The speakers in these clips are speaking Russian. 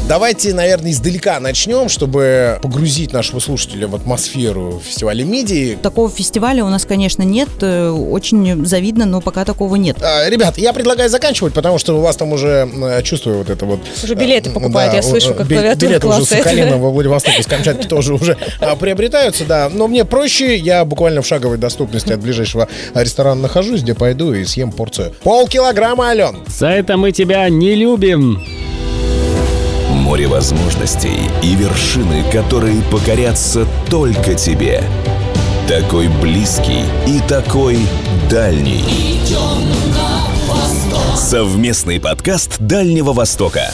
Давайте, наверное, издалека начнем, чтобы погрузить нашего слушателя в атмосферу фестиваля мидии. Такого фестиваля у нас, конечно, нет. Очень завидно, но пока такого нет. Ребят, я предлагаю заканчивать, потому что у вас там уже, чувствую вот это вот... Уже билеты покупают, я слышу, как клавиатура билеты классная. уже с Сахалина во Владивостоке, с Камчатки тоже уже приобретаются, да. Но мне проще, я буквально в шаговой доступности от ближайшего ресторана нахожусь, где пойду и съем порцию. Полкилограмма, Ален. За это мы тебя не любим. Море возможностей и вершины, которые покорятся только тебе. Такой близкий и такой дальний. Совместный подкаст Дальнего Востока.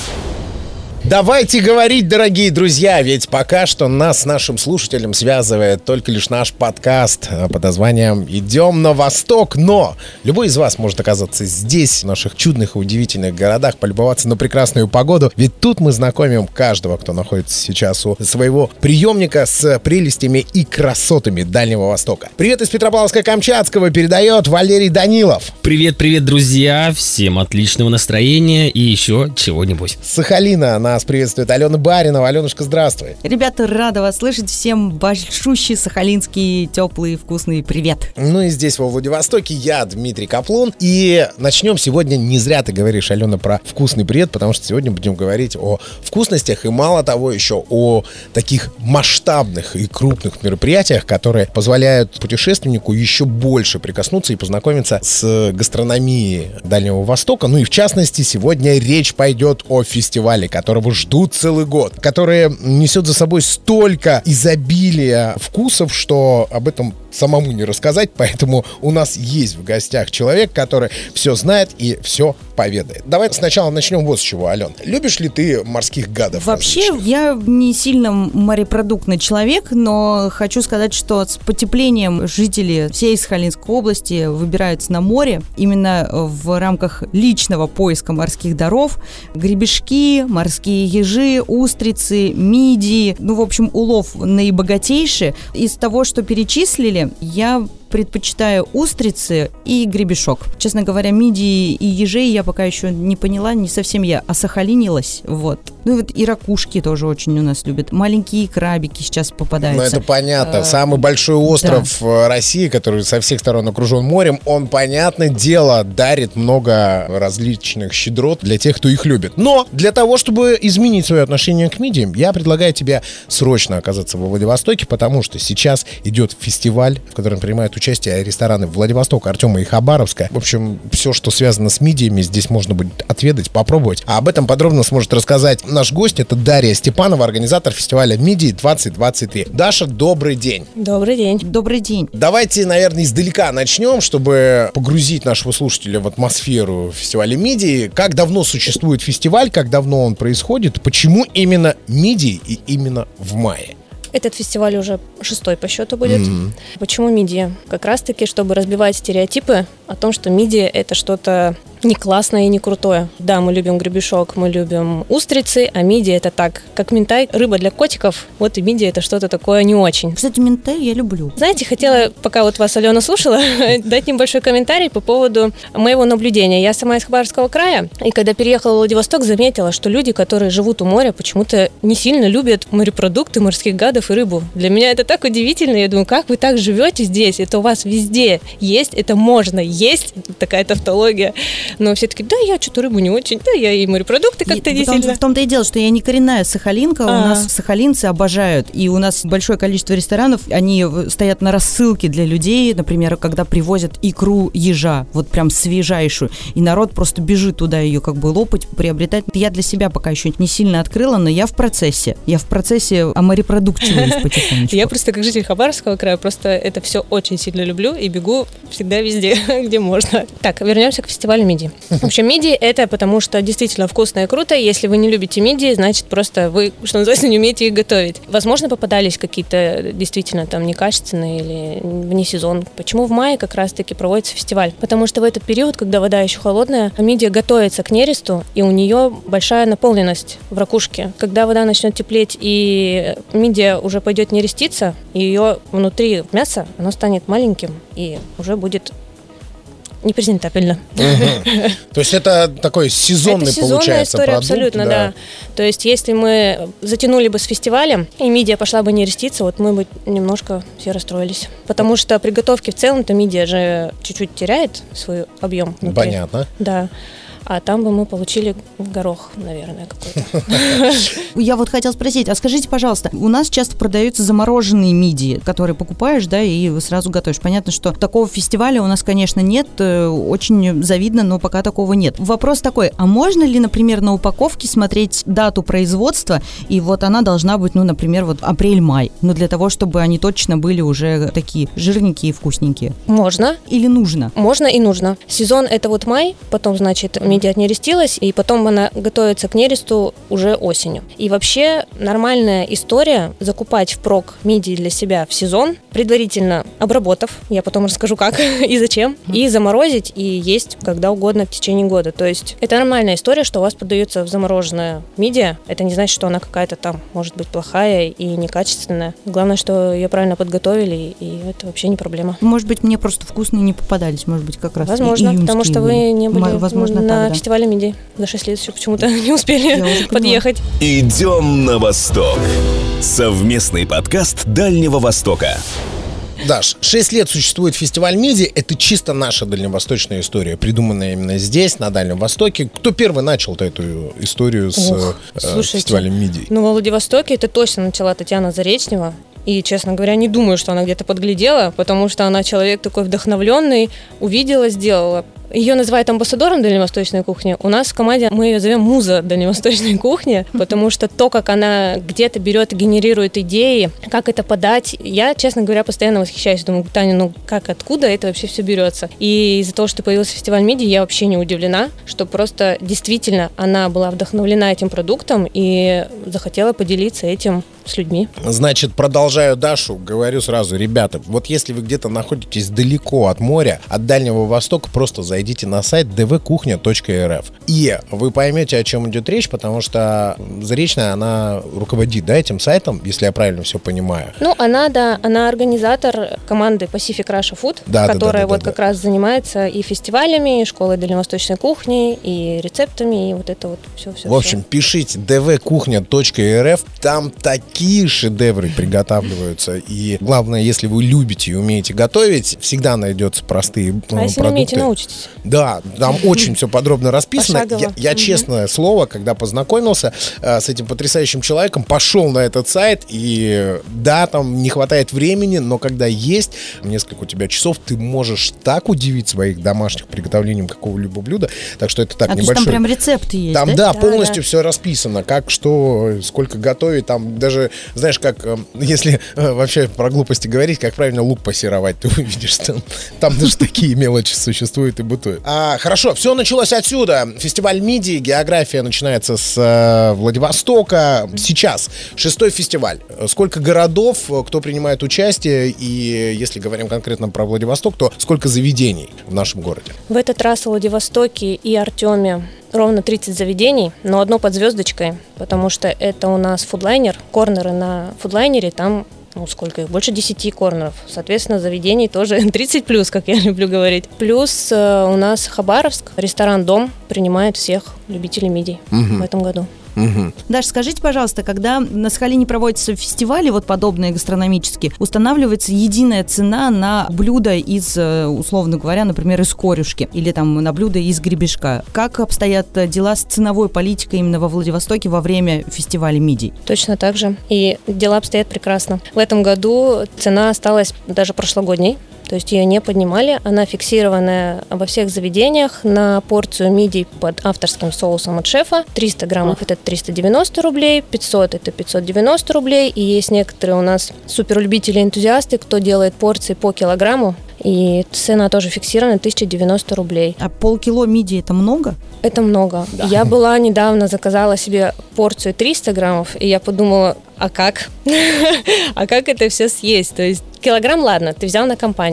Давайте говорить, дорогие друзья, ведь пока что нас с нашим слушателем связывает только лишь наш подкаст под названием «Идем на восток». Но любой из вас может оказаться здесь, в наших чудных и удивительных городах, полюбоваться на прекрасную погоду. Ведь тут мы знакомим каждого, кто находится сейчас у своего приемника, с прелестями и красотами Дальнего Востока. Привет из Петропавловска-Камчатского передает Валерий Данилов. Привет, друзья. Всем отличного настроения и еще чего-нибудь. С Сахалина нас приветствует Алена Баринова. Аленушка, здравствуй. Ребята, рада вас слышать. Всем большущий сахалинский, теплый, вкусный привет. Ну и здесь, во Владивостоке, я, Дмитрий Каплун. И начнем сегодня, не зря ты говоришь, Алена, про вкусный привет, потому что сегодня будем говорить о вкусностях и, мало того, еще о таких масштабных и крупных мероприятиях, которые позволяют путешественнику еще больше прикоснуться и познакомиться с гастрономией Дальнего Востока. Ну и в частности, сегодня речь пойдет о фестивале, которого ждут целый год, который несет за собой столько изобилия вкусов, что об этом самому не рассказать, поэтому у нас есть в гостях человек, который все знает и все поведает. Давай сначала начнем вот с чего, Ален. Любишь ли ты морских гадов? Вообще, я не сильно морепродуктный человек, но хочу сказать, что с потеплением жители всей Сахалинской области выбираются на море именно в рамках личного поиска морских даров. Гребешки, морские ежи, устрицы, мидии. Ну, в общем, улов наибогатейший. Из того, что перечислили, я предпочитаю устрицы и гребешок. Честно говоря, мидии и ежей я пока еще не поняла, не совсем я осахалинилась, вот. Ну и вот и ракушки тоже очень у нас любят. Маленькие крабики сейчас попадаются. Ну это понятно. Самый большой остров России, который со всех сторон окружен морем, он, понятное дело, дарит много различных щедрот для тех, кто их любит. Но для того, чтобы изменить свое отношение к мидиям, я предлагаю тебе срочно оказаться во Владивостоке, потому что сейчас идет фестиваль, в котором принимают участие рестораны Владивостока, Артема и Хабаровска. В общем, все, что связано с мидиями, здесь можно будет отведать, попробовать. А об этом подробно сможет рассказать наш гость. Это Дарья Степанова, организатор фестиваля «Мидии 2023». Даша, добрый день. Добрый день. Добрый день. Давайте, наверное, издалека начнем, чтобы погрузить нашего слушателя в атмосферу фестиваля «Мидии». Как давно существует фестиваль, как давно он происходит, почему именно мидии и именно в мае? Этот фестиваль уже 6-й по счету будет. Почему мидия? Как раз-таки, чтобы разбивать стереотипы о том, что мидия – это что-то не классное и не крутое. Да, мы любим гребешок, мы любим устрицы, а мидия – это так, как минтай, рыба для котиков. Вот и мидия – это что-то такое не очень. Кстати, минтай я люблю. Знаете, хотела, пока вот вас Алена слушала, дать небольшой комментарий по поводу моего наблюдения. Я сама из Хабаровского края, и когда переехала в Владивосток, заметила, что люди, которые живут у моря, почему-то не сильно любят морепродукты, морских гадов и рыбу. Для меня это так удивительно. Я думаю, как вы так живете здесь? Это у вас везде есть, это можно есть. Такая тавтология. Но все таки, да, я что-то рыбу не очень, да, я и морепродукты как-то не сильно. В том-то и дело, что я не коренная сахалинка, у нас сахалинцы обожают, и у нас большое количество ресторанов, они стоят на рассылке для людей, например, когда привозят икру ежа, вот прям свежайшую, и народ просто бежит туда ее как бы лопать, приобретать. Я для себя пока еще не сильно открыла, но я в процессе оморепродуктиваюсь потихонечку. Я просто как житель Хабаровского края просто это все очень сильно люблю и бегу всегда везде, где можно. Так, вернемся к фестивалю мидии. В общем, мидии это потому, что действительно вкусно и круто. Если вы не любите мидии, значит просто вы, что называется, не умеете их готовить. Возможно, попадались какие-то действительно там некачественные или вне сезон. Почему в мае как раз-таки проводится фестиваль? Потому что в этот период, когда вода еще холодная, мидия готовится к нересту, и у нее большая наполненность в ракушке. Когда вода начнет теплеть и мидия уже пойдет нереститься, ее внутри мяса, оно станет маленьким и уже будет непрезентабельно. То есть это такой сезонный, это сезонная получается, история, продукт. абсолютно, да. То есть если мы затянули бы с фестивалем, и мидия пошла бы не реститься, вот мы бы немножко все расстроились. Потому что при готовке в целом-то мидия же чуть-чуть теряет свой объем внутри. Понятно. Да. А там бы мы получили горох, наверное, какой-то. Я вот хотела спросить, а скажите, пожалуйста, у нас часто продаются замороженные мидии, которые покупаешь, да, и сразу готовишь. Понятно, что такого фестиваля у нас, конечно, нет, очень завидно, но пока такого нет. Вопрос такой, а можно ли, например, на упаковке смотреть дату производства, и вот она должна быть, ну, например, вот апрель-май, но для того, чтобы они точно были уже такие жирненькие и вкусненькие? Можно. Или нужно? Можно и нужно. Сезон это вот май, потом, значит, мидия отнерестилась, и потом она готовится к нересту уже осенью. И вообще нормальная история закупать впрок мидии для себя в сезон, предварительно обработав, я потом расскажу как и зачем, и заморозить, и есть когда угодно в течение года. То есть это нормальная история, что у вас продается замороженная мидия. Это не значит, что она какая-то там может быть плохая и некачественная. Главное, что ее правильно подготовили, и это вообще не проблема. Может быть, мне просто вкусные не попадались, может быть, как раз возможно, потому что вы не были на да. фестивале мидии. За 6 лет еще почему-то не успели подъехать. Идем на восток. Совместный подкаст Дальнего Востока. Даш, 6 лет существует фестиваль мидии. Это чисто наша дальневосточная история, придуманная именно здесь, на Дальнем Востоке. Кто первый начал-то эту историю с фестивалем мидии? Ну, во Владивостоке это точно начала Татьяна Заречнева. И, честно говоря, не думаю, что она где-то подглядела, потому что она человек такой вдохновленный, увидела, сделала. Ее называют амбассадором дальневосточной кухни. У нас в команде мы ее зовем муза дальневосточной кухни, потому что то, как она где-то берет и генерирует идеи, как это подать, я, честно говоря, постоянно восхищаюсь. Думаю, Таня, ну как, откуда это вообще все берется? И из-за того, что появился фестиваль мидии, я вообще не удивлена, что просто действительно она была вдохновлена этим продуктом и захотела поделиться этим с людьми. Значит, продолжаю Дашу, говорю сразу, ребята, вот если вы где-то находитесь далеко от моря, от Дальнего Востока, просто зайдите на сайт dvkuchня.rf. И вы поймете, о чем идет речь, потому что Заречная, она руководит, да, этим сайтом, если я правильно все понимаю. Ну, она организатор команды Pacific Russia Food, которая как раз занимается и фестивалями, и школой дальневосточной кухни, и рецептами, и вот это вот все. В общем, пишите dvkuchня.rf, там такие шедевры приготавливаются. И главное, если вы любите и умеете готовить, всегда найдется простые продукты. А если не умеете, научитесь. Да, там очень все подробно расписано. Пошагово. Я честное слово, когда познакомился с этим потрясающим человеком, пошел на этот сайт, и да, там не хватает времени, но когда есть несколько у тебя часов, ты можешь так удивить своих домашних приготовлением какого-либо блюда. Так что это так небольшой. Там прям рецепты есть, там, да? Да, полностью все расписано, как, что, сколько готовить, там даже, знаешь, как, если вообще про глупости говорить, как правильно лук пассеровать, ты увидишь, там даже такие мелочи существуют и бытуют. Хорошо, все началось отсюда. Фестиваль мидии, география начинается с Владивостока. Сейчас 6-й фестиваль. Сколько городов, кто принимает участие, и если говорим конкретно про Владивосток, то сколько заведений в нашем городе? В этот раз в Владивостоке и Артеме ровно 30 заведений, но одно под звездочкой, потому что это у нас фудлайнер, корнеры на фудлайнере, там сколько их? Больше 10 корнеров. Соответственно, заведений тоже 30+, как я люблю говорить. Плюс у нас Хабаровск, ресторан «Дом» принимает всех любителей мидий в этом году. Угу. Даш, скажите, пожалуйста, когда на Сахалине проводятся фестивали, вот подобные гастрономические, устанавливается единая цена на блюдо из, условно говоря, например, из корюшки или там на блюдо из гребешка. Как обстоят дела с ценовой политикой именно во Владивостоке во время фестиваля мидий? Точно так же. И дела обстоят прекрасно. В этом году цена осталась даже прошлогодней. То есть ее не поднимали, она фиксированная во всех заведениях на порцию мидий под авторским соусом от шефа. 300 граммов это 390 рублей, 500 это 590 рублей. И есть некоторые у нас суперлюбители-энтузиасты, кто делает порции по килограмму. И цена тоже фиксирована, 1090 рублей. А полкило мидии это много? Это много. Да. Я была недавно, заказала себе порцию 300 граммов, и я подумала, а как? А как это все съесть? То есть килограмм, ладно, ты взял на компанию.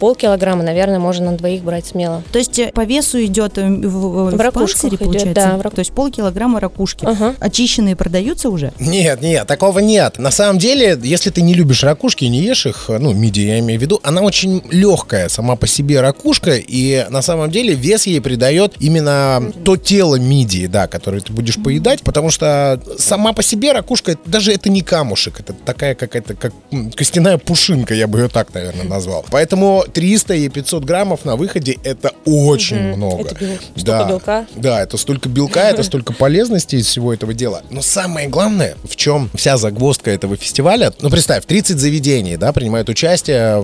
полкилограмма, наверное, можно на двоих брать смело. То есть по весу идет в панцире, получается? Да, То есть полкилограмма ракушки. Ага. Очищенные продаются уже? Нет, такого нет. На самом деле, если ты не любишь ракушки и не ешь их, мидии я имею в виду, она очень легкая сама по себе ракушка, и на самом деле вес ей придает именно то тело мидии, да, которое ты будешь поедать, потому что сама по себе ракушка, даже это не камушек, это такая какая-то, как костяная пушинка, я бы ее так, наверное, назвал. Поэтому 300 и 500 граммов на выходе — это очень много. Это столько белка. Да, это столько белка, это столько полезности из всего этого дела. Но самое главное, в чем вся загвоздка этого фестиваля, представь, 30 заведений, да, принимают участие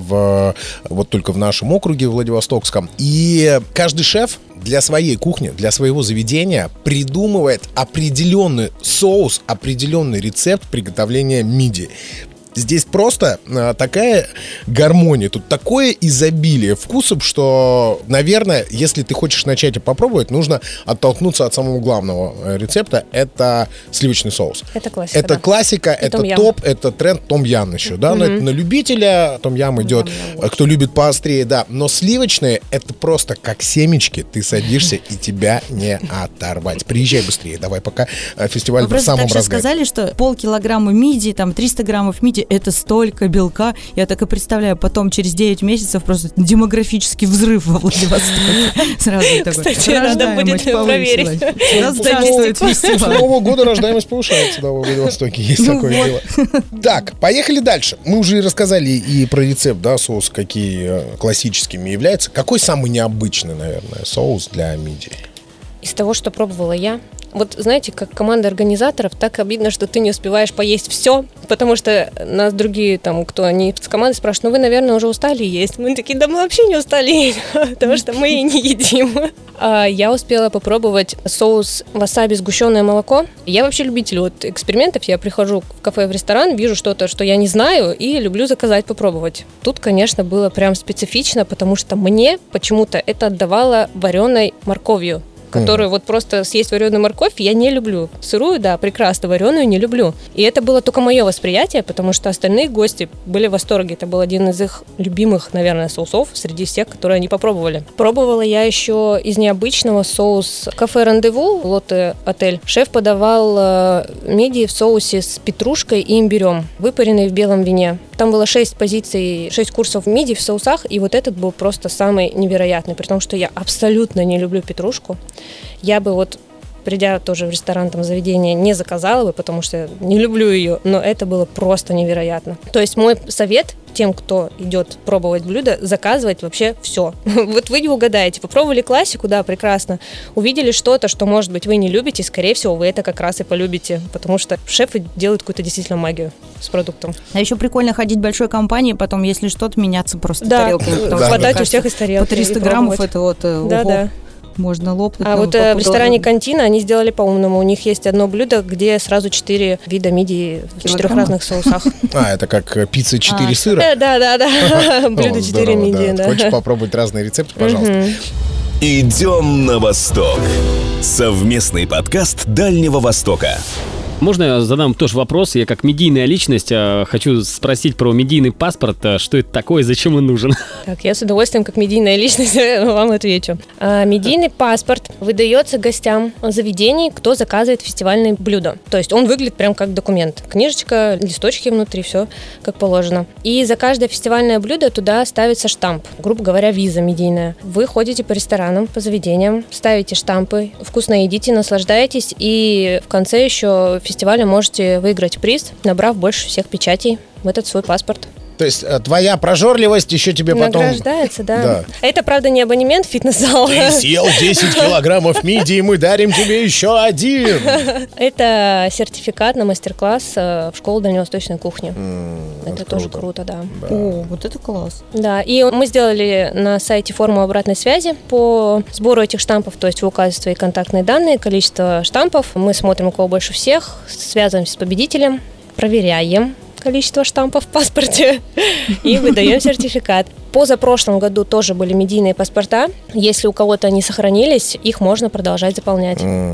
вот только в нашем округе Владивостокском, и каждый шеф для своей кухни, для своего заведения придумывает определенный соус, определенный рецепт приготовления мидии. Здесь просто такая гармония, тут такое изобилие вкусов, что, наверное, если ты хочешь начать и попробовать, нужно оттолкнуться от самого главного рецепта. Это сливочный соус. Это классика. Это классика, это топ, это тренд том-ям еще, да? Но это на любителя, том-ям идет, кто любит поострее, да. Но сливочные — это просто как семечки, ты садишься и тебя не оторвать. Приезжай быстрее, давай, пока фестиваль в самом разгаре. Сказали, что полкилограмма мидии, там 300 граммов мидии, это столько белка. Я так и представляю, потом через 9 месяцев просто демографический взрыв во Владивостоке. Сразу такой. Кстати, надо будет проверить. Здравствует фестиваль. С Нового года рождаемость повышается, да, во Владивостоке. Есть такое дело. Так, поехали дальше. Мы уже рассказали и про рецепт, да, соус, какие классическими являются. Какой самый необычный, наверное, соус для мидии? Из того, что пробовала я, вот знаете, как команда организаторов, так обидно, что ты не успеваешь поесть все, потому что нас другие, там, кто не с командой спрашивают, вы, наверное, уже устали есть. Мы такие, да мы вообще не устали есть, потому что мы и не едим. Я успела попробовать соус васаби сгущенное молоко. Я вообще любитель экспериментов. Я прихожу в кафе, в ресторан, вижу что-то, что я не знаю, и люблю заказать, попробовать. Тут, конечно, было прям специфично, потому что мне почему-то это отдавало вареной морковью, которую вот просто съесть вареную морковь я не люблю. Сырую, да, прекрасно, вареную не люблю. И это было только мое восприятие, потому что остальные гости были в восторге. Это был один из их любимых, наверное, соусов среди всех, которые они попробовали. Пробовала я еще из необычного соус кафе «Рандеву», Лотте отель. Шеф подавал мидии в соусе с петрушкой и имбирем, выпаренные в белом вине. Там было 6 позиций, 6 курсов мидий в соусах, и вот этот был просто самый невероятный, при том, что я абсолютно не люблю петрушку. Я бы вот, придя тоже в ресторан, там, заведение, не заказала бы, потому что не люблю ее, но это было просто невероятно. То есть мой совет тем, кто идет пробовать блюдо, заказывать вообще все. Вот вы не угадаете. Попробовали классику, да, прекрасно. Увидели что-то, что, может быть, вы не любите, скорее всего, вы это как раз и полюбите, потому что шефы делают какую-то действительно магию с продуктом. А еще прикольно ходить в большой компании, потом, если что-то, меняться просто тарелками. Хватать у всех из тарелки. По 300 граммов это вот... Да. Можно лопнуть. А вот в ресторане «Кантина» они сделали по-умному. У них есть одно блюдо, где сразу 4 вида мидии в 4 разных соусах. Это как пицца 4 сыра? Да. Блюдо 4 мидии, да. Хочешь попробовать разные рецепты, пожалуйста. Идем на восток. Совместный подкаст Дальнего Востока. Можно я задам тоже вопрос? Я как медийная личность хочу спросить про медийный паспорт. Что это такое, зачем он нужен? Так, я с удовольствием, как медийная личность, вам отвечу. Медийный паспорт выдается гостям заведений, кто заказывает фестивальные блюда. То есть он выглядит прям как документ. Книжечка, листочки внутри, все как положено. И за каждое фестивальное блюдо туда ставится штамп. Грубо говоря, виза медийная. Вы ходите по ресторанам, по заведениям, ставите штампы, вкусно едите, наслаждаетесь, и в конце еще фестиваля можете выиграть приз, набрав больше всех печатей в этот свой паспорт. То есть твоя прожорливость еще тебе потом... Награждается, да. Это, правда, не абонемент в фитнес-зал. Ты съел 10 килограммов мидии, мы дарим тебе еще один. Это сертификат на мастер-класс в школу дальневосточной кухни. Это тоже круто, да. О, вот это класс. Да, и мы сделали на сайте форму обратной связи по сбору этих штампов, то есть вы указываете свои контактные данные, количество штампов, мы смотрим, у кого больше всех, связываемся с победителем, проверяем количество штампов в паспорте и выдаем сертификат. Позапрошлом году тоже были медийные паспорта. Если у кого-то они сохранились, их можно продолжать заполнять.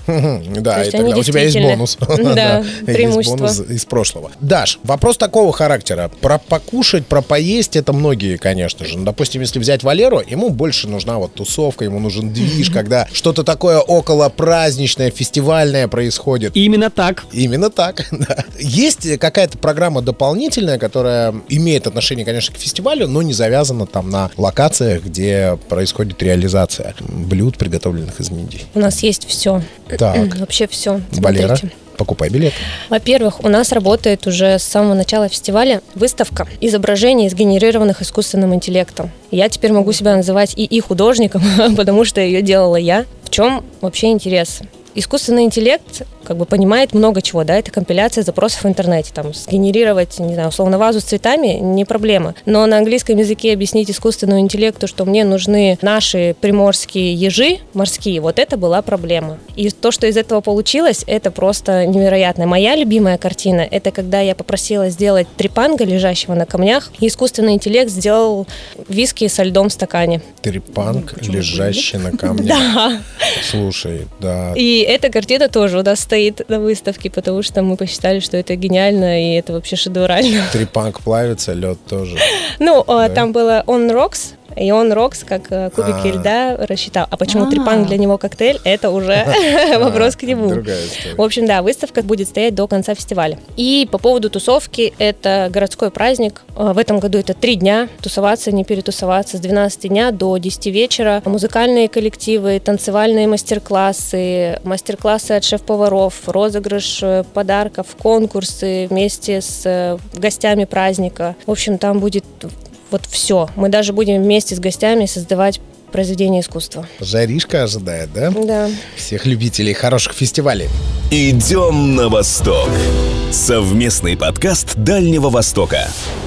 Да, и тогда у тебя есть бонус. Да, преимущество. Есть бонус из прошлого. Даш, вопрос такого характера. Про покушать, про поесть это многие, конечно же. Допустим, если взять Валеру, ему больше нужна вот тусовка, ему нужен движ, когда что-то такое около праздничное, фестивальное происходит. Именно так. Именно так, да. Есть какая-то программа дополнительная, которая имеет отношение, конечно, к фестивалю, но не завязана там на локациях, где происходит реализация блюд, приготовленных из мидий. У нас есть все. Так. Вообще все. Валера, Смотрите. покупай билет. Во-первых, у нас работает уже с самого начала фестиваля выставка изображений, сгенерированных искусственным интеллектом. Я теперь могу себя называть ИИ-художником, потому что ее делала я. В чем вообще интерес? Искусственный интеллект понимает много чего, да, это компиляция запросов в интернете, там, сгенерировать, не знаю, условно, вазу с цветами не проблема, но на английском языке объяснить искусственному интеллекту, что мне нужны наши приморские ежи морские, вот это была проблема. И то, что из этого получилось, это просто невероятно. Моя любимая картина, это когда я попросила сделать трепанга, лежащего на камнях, и искусственный интеллект сделал виски со льдом в стакане. Трепанг, лежащий на камне. Да. Слушай, да. И эта картина тоже у нас стоит на выставке, потому что мы посчитали, что это гениально и это вообще шедеврально. Трепанг плавится, лед тоже. Ну, там было On Rocks, и он Рокс, как кубики льда, рассчитал. А почему трепанг для него коктейль, это уже вопрос к нему. Другая история. В общем, да, выставка будет стоять до конца фестиваля. И по поводу тусовки, это городской праздник. В этом году это 3 дня. Тусоваться, не перетусоваться. С 12 дня до 10 вечера. Музыкальные коллективы, танцевальные мастер-классы от шеф-поваров, розыгрыш подарков, конкурсы вместе с гостями праздника. В общем, там будет вот все. Мы даже будем вместе с гостями создавать произведения искусства. Жаришка ожидает, да? Да. Всех любителей хороших фестивалей. Идем на восток. Совместный подкаст Дальнего Востока.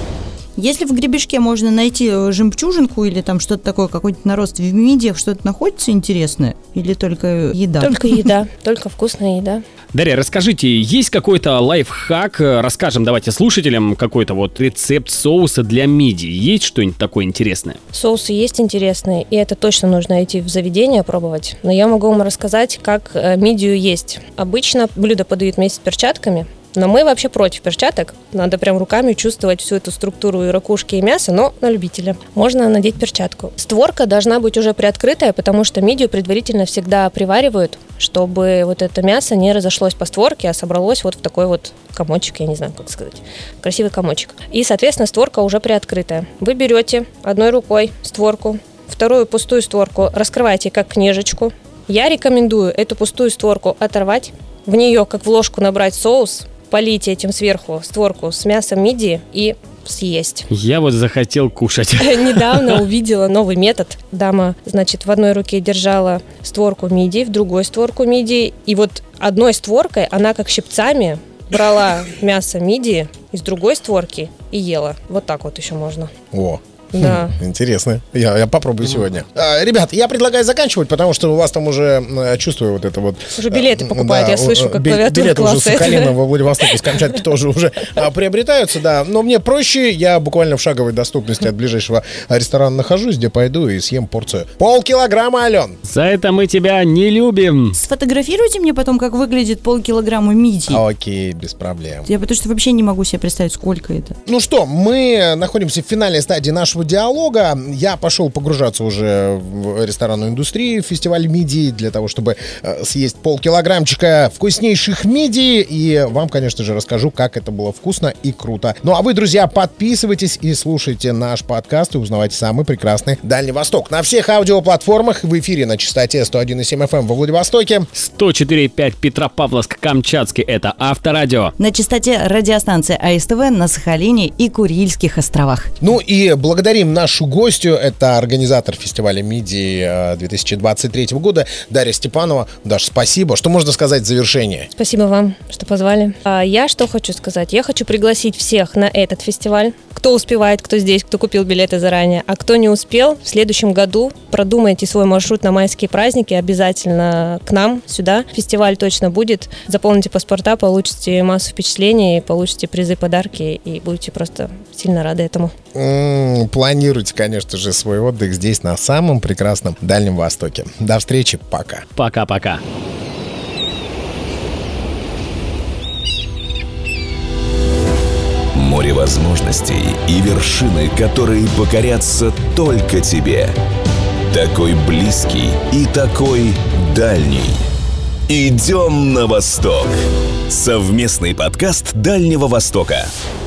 Если в гребешке можно найти жемчужинку или там что-то такое, какой-нибудь нарост в мидиях, что-то находится интересное? Или только еда? Только еда, только вкусная еда. Дарья, расскажите, есть какой-то лайфхак? Расскажем, давайте, слушателям какой-то вот рецепт соуса для мидий. Есть что-нибудь такое интересное? Соусы есть интересные, и это точно нужно идти в заведение пробовать. Но я могу вам рассказать, как мидию есть. Обычно блюдо подают вместе с перчатками, но мы вообще против перчаток. Надо прям руками чувствовать всю эту структуру и ракушки, и мяса, но на любителя. Можно надеть перчатку. Створка должна быть уже приоткрытая, потому что мидию предварительно всегда приваривают, чтобы вот это мясо не разошлось по створке, а собралось вот в такой вот комочек, я не знаю, как сказать. Красивый комочек. И, соответственно, створка уже приоткрытая. Вы берете одной рукой створку, вторую пустую створку раскрываете как книжечку. Я рекомендую эту пустую створку оторвать, в нее, как в ложку, набрать соус, полить этим сверху створку с мясом мидии и съесть. Я вот захотел кушать. Недавно увидела новый метод. Дама, значит, в одной руке держала створку мидии, в другой створку мидии, и вот одной створкой она как щипцами брала мясо мидии из другой створки и ела. Вот так вот еще можно. О, Да. интересно. Я попробую сегодня. Ребят, я предлагаю заканчивать, потому что у вас там уже, чувствую вот это вот... Уже билеты покупают, я слышу, как клавиатура билеты уже с клацает. Сахалина во Владивостоке, с Камчатки тоже уже приобретаются, да. Но мне проще, я буквально в шаговой доступности от ближайшего ресторана нахожусь, где пойду и съем порцию. Полкилограмма, Ален. За это мы тебя не любим. Сфотографируйте мне потом, как выглядит полкилограмма мидий. Окей, без проблем. Я потому что вообще не могу себе представить, сколько это. Ну что, мы находимся в финальной стадии нашего диалога. Я пошел погружаться уже в ресторанную индустрию, в фестиваль мидий, для того, чтобы съесть полкилограммчика вкуснейших мидий. И вам, конечно же, расскажу, как это было вкусно и круто. Ну а вы, друзья, подписывайтесь и слушайте наш подкаст и узнавайте самый прекрасный Дальний Восток. На всех аудиоплатформах, в эфире на частоте 101,7 FM во Владивостоке. 104,5 Петропавловск-Камчатский — это Авторадио. На частоте радиостанции АСТВ на Сахалине и Курильских островах. Ну и благодарим нашу гостью, это организатор фестиваля мидий 2023 года Дарья Степанова. Даш, спасибо. Что можно сказать в завершение? Спасибо вам, что позвали. Я что хочу сказать? Я хочу пригласить всех на этот фестиваль. Кто успевает, кто здесь, кто купил билеты заранее. А кто не успел, в следующем году продумайте свой маршрут на майские праздники. Обязательно к нам, сюда. Фестиваль точно будет. Заполните паспорта, получите массу впечатлений, получите призы, подарки и будете просто сильно рады этому. Планируйте, конечно же, свой отдых здесь, на самом прекрасном Дальнем Востоке. До встречи, пока. Пока-пока. Море возможностей и вершины, которые покорятся только тебе. Такой близкий и такой дальний. «Идем на восток». Совместный подкаст Дальнего Востока.